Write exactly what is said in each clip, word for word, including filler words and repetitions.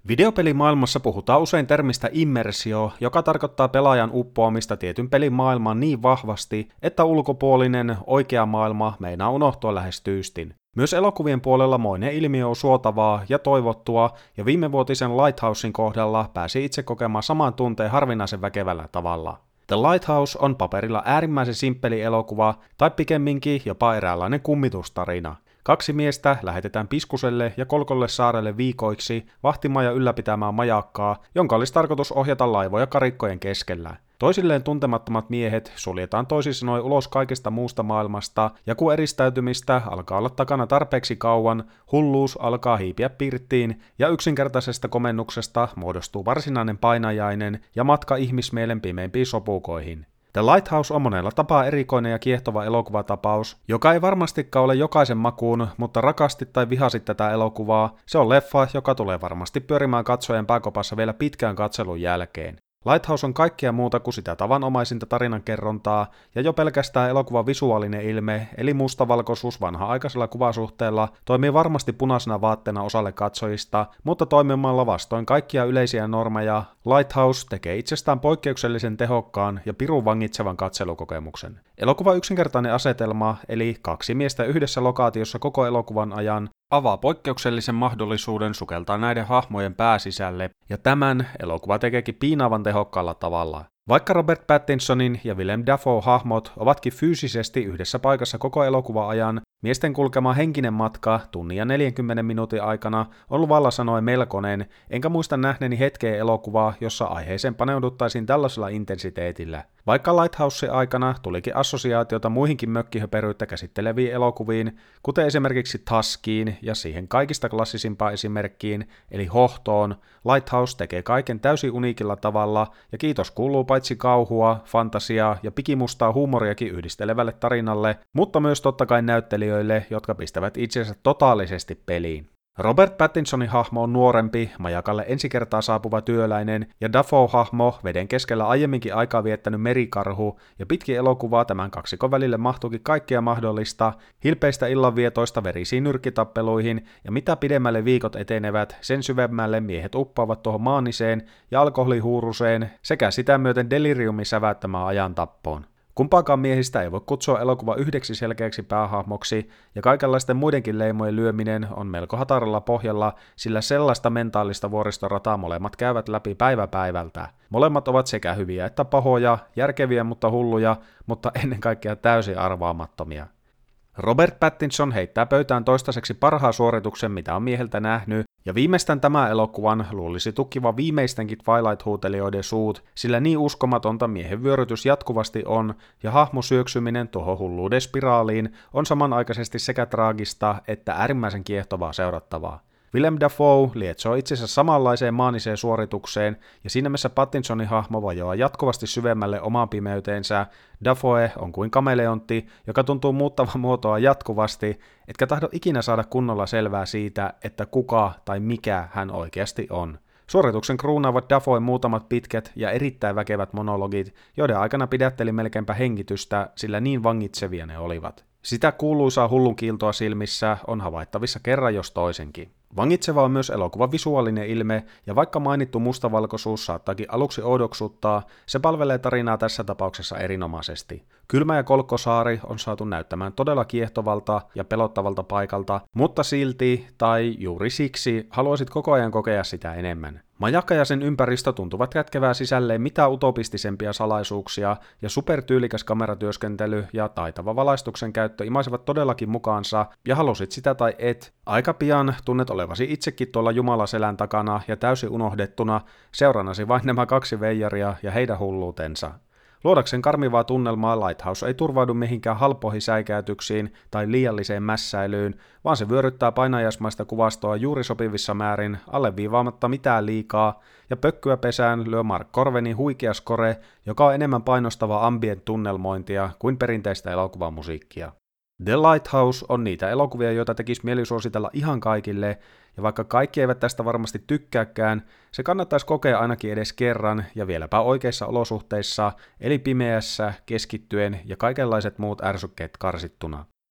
Videopelimaailmassa puhutaan usein termistä immersio, joka tarkoittaa pelaajan uppoamista tietyn pelin maailmaan niin vahvasti, että ulkopuolinen, oikea maailma meinaa unohtua lähes tyystin. Myös elokuvien puolella moinen ilmiö on suotavaa ja toivottua, ja viimevuotisen Lighthousen kohdalla pääsi itse kokemaan saman tunteen harvinaisen väkevällä tavalla. The Lighthouse on paperilla äärimmäisen simppeli elokuva, tai pikemminkin jopa eräänlainen kummitustarina. Kaksi miestä lähetetään Piskuselle ja Kolkolle saarelle viikoiksi vahtimaan ja ylläpitämään majakkaa, jonka olisi tarkoitus ohjata laivoja karikkojen keskellä. Toisilleen tuntemattomat miehet suljetaan toisin sanoen ulos kaikesta muusta maailmasta, ja kun eristäytymistä alkaa olla takana tarpeeksi kauan, hulluus alkaa hiipiä pirttiin, ja yksinkertaisesta komennuksesta muodostuu varsinainen painajainen ja matka ihmismielen pimeimpiin sopukoihin. The Lighthouse on monella tapaa erikoinen ja kiehtova elokuvatapaus, joka ei varmastikaan ole jokaisen makuun, mutta rakasti tai vihasi tätä elokuvaa, se on leffa, joka tulee varmasti pyörimään katsojan pääkopassa vielä pitkään katselun jälkeen. Lighthouse on kaikkea muuta kuin sitä tavanomaisinta tarinankerrontaa, ja jo pelkästään elokuvan visuaalinen ilme, eli mustavalkoisuus vanha-aikaisella kuvasuhteella, toimii varmasti punaisena vaatteena osalle katsojista, mutta toimimalla vastoin kaikkia yleisiä normeja, Lighthouse tekee itsestään poikkeuksellisen tehokkaan ja pirun vangitsevan katselukokemuksen. Elokuvan yksinkertainen asetelma, eli kaksi miestä yhdessä lokaatiossa koko elokuvan ajan, avaa poikkeuksellisen mahdollisuuden sukeltaa näiden hahmojen pääsisälle, ja tämän elokuva tekeekin piinaavan tehokkaalla tavalla. Vaikka Robert Pattinsonin ja Willem Dafoe hahmot ovatkin fyysisesti yhdessä paikassa koko elokuvan ajan, miesten kulkema henkinen matka tunnin ja neljänkymmenen minuutin aikana on luvalla sanoen melkoinen, enkä muista nähneeni hetkeä elokuvaa, jossa aiheeseen paneuduttaisiin tällaisella intensiteetillä. Vaikka Lighthouse aikana tulikin assosiaatiota muihinkin mökkihöperyyttä käsitteleviin elokuviin, kuten esimerkiksi Tuskiin ja siihen kaikista klassisimpaan esimerkkiin, eli Hohtoon, Lighthouse tekee kaiken täysin uniikilla tavalla, ja kiitos kuuluu paitsi kauhua, fantasiaa ja pikimustaa huumoriakin yhdistelevälle tarinalle, mutta myös totta kai näyttelijöille, jotka pistävät itsensä totaalisesti peliin. Robert Pattinsonin hahmo on nuorempi, majakalle ensi kertaa saapuva työläinen, ja Dafoe-hahmo veden keskellä aiemminkin aikaa viettänyt merikarhu, ja pitkin elokuvaa tämän kaksikon välille mahtuukin kaikkea mahdollista, hilpeistä illanvietoista verisiin nyrkkitappeluihin, ja mitä pidemmälle viikot etenevät, sen syvemmälle miehet uppaavat tuohon maaniseen ja alkoholihuuruseen, sekä sitä myöten deliriumin säväyttämään ajan tappoon. Kumpaakaan miehistä ei voi kutsua elokuva yhdeksi selkeäksi päähahmoksi, ja kaikenlaisten muidenkin leimojen lyöminen on melko hataralla pohjalla, sillä sellaista mentaalista vuoristorataa molemmat käyvät läpi päivä päivältä. Molemmat ovat sekä hyviä että pahoja, järkeviä mutta hulluja, mutta ennen kaikkea täysin arvaamattomia. Robert Pattinson heittää pöytään toistaiseksi parhaan suorituksen, mitä on mieheltä nähnyt, ja viimeistään tämän elokuvan luulisi tukkiva viimeistenkin Twilight-huutelijoiden suut, sillä niin uskomatonta miehen vyörytys jatkuvasti on, ja hahmo syöksyminen tuohon hulluuden spiraaliin on samanaikaisesti sekä traagista että äärimmäisen kiehtovaa seurattavaa. Willem Dafoe lietsoo itsensä samanlaiseen maaniseen suoritukseen, ja siinä missä Pattinsonin hahmo vajoaa jatkuvasti syvemmälle omaan pimeyteensä, Dafoe on kuin kameleontti, joka tuntuu muuttavan muotoa jatkuvasti, etkä tahdo ikinä saada kunnolla selvää siitä, että kuka tai mikä hän oikeasti on. Suorituksen kruunaavat Dafoen muutamat pitkät ja erittäin väkevät monologit, joiden aikana pidätteli melkeinpä hengitystä, sillä niin vangitsevia ne olivat. Sitä kuuluisaa hullun kiiltoa silmissä on havaittavissa kerran jos toisenkin. Vangitseva on myös elokuvan visuaalinen ilme, ja vaikka mainittu mustavalkoisuus saattaakin aluksi oudoksuttaa, se palvelee tarinaa tässä tapauksessa erinomaisesti. Kylmä ja Kolkkosaari on saatu näyttämään todella kiehtovalta ja pelottavalta paikalta, mutta silti, tai juuri siksi, haluaisit koko ajan kokea sitä enemmän. Majakka ja sen ympäristö tuntuvat kätkevää sisälleen mitä utopistisempia salaisuuksia, ja supertyylikäs kameratyöskentely ja taitava valaistuksen käyttö imaisevat todellakin mukaansa, ja halusit sitä tai et, aika pian tunnet olevasi itsekin tuolla Jumalaselän takana ja täysin unohdettuna, seurannasi vain nämä kaksi veijaria ja heidän hulluutensa. Luodakseen karmivaa tunnelmaa Lighthouse ei turvaudu mihinkään halpoihin säikäytyksiin tai liialliseen mässäilyyn, vaan se vyöryttää painajaismaista kuvastoa juuri sopivissa määrin, alleviivaamatta mitään liikaa, ja pökkyä pesään lyö Mark Corvenin huikea score, joka on enemmän painostava ambient tunnelmointia kuin perinteistä elokuvamusiikkia. The Lighthouse on niitä elokuvia, joita tekisi mieli suositella ihan kaikille, ja vaikka kaikki eivät tästä varmasti tykkääkään, se kannattaisi kokea ainakin edes kerran ja vieläpä oikeissa olosuhteissa, eli pimeässä, keskittyen ja kaikenlaiset muut ärsykkeet karsittuna.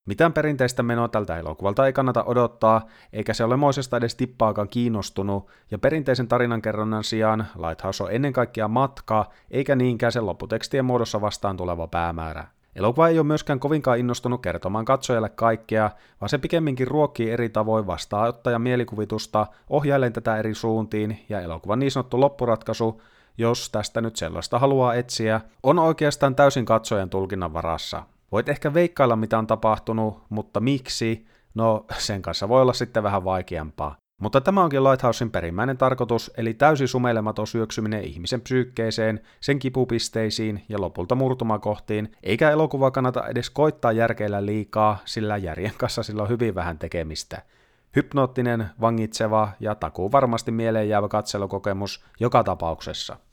Mitään perinteistä menoa tältä elokuvalta ei kannata odottaa, eikä se ole moisesta edes tippaakaan kiinnostunut, ja perinteisen tarinankerronnan sijaan Lighthouse on ennen kaikkea matka, eikä niinkään sen lopputekstien muodossa vastaan tuleva päämäärä. Elokuva ei ole myöskään kovinkaan innostunut kertomaan katsojalle kaikkea, vaan se pikemminkin ruokkii eri tavoin vastaanottajan mielikuvitusta, ohjailen tätä eri suuntiin, ja elokuvan niin sanottu loppuratkaisu, jos tästä nyt sellaista haluaa etsiä, on oikeastaan täysin katsojan tulkinnan varassa. Voit ehkä veikkailla, mitä on tapahtunut, mutta miksi? No, sen kanssa voi olla sitten vähän vaikeampaa. Mutta tämä onkin Lighthousen perimmäinen tarkoitus, eli täysin sumeilematon syöksyminen ihmisen psyykkeeseen, sen kipupisteisiin ja lopulta murtumakohtiin, eikä elokuva kannata edes koittaa järkeillä liikaa, sillä järjen kanssa sillä on hyvin vähän tekemistä. Hypnoottinen, vangitseva ja takuu varmasti mieleen jäävä katselukokemus joka tapauksessa.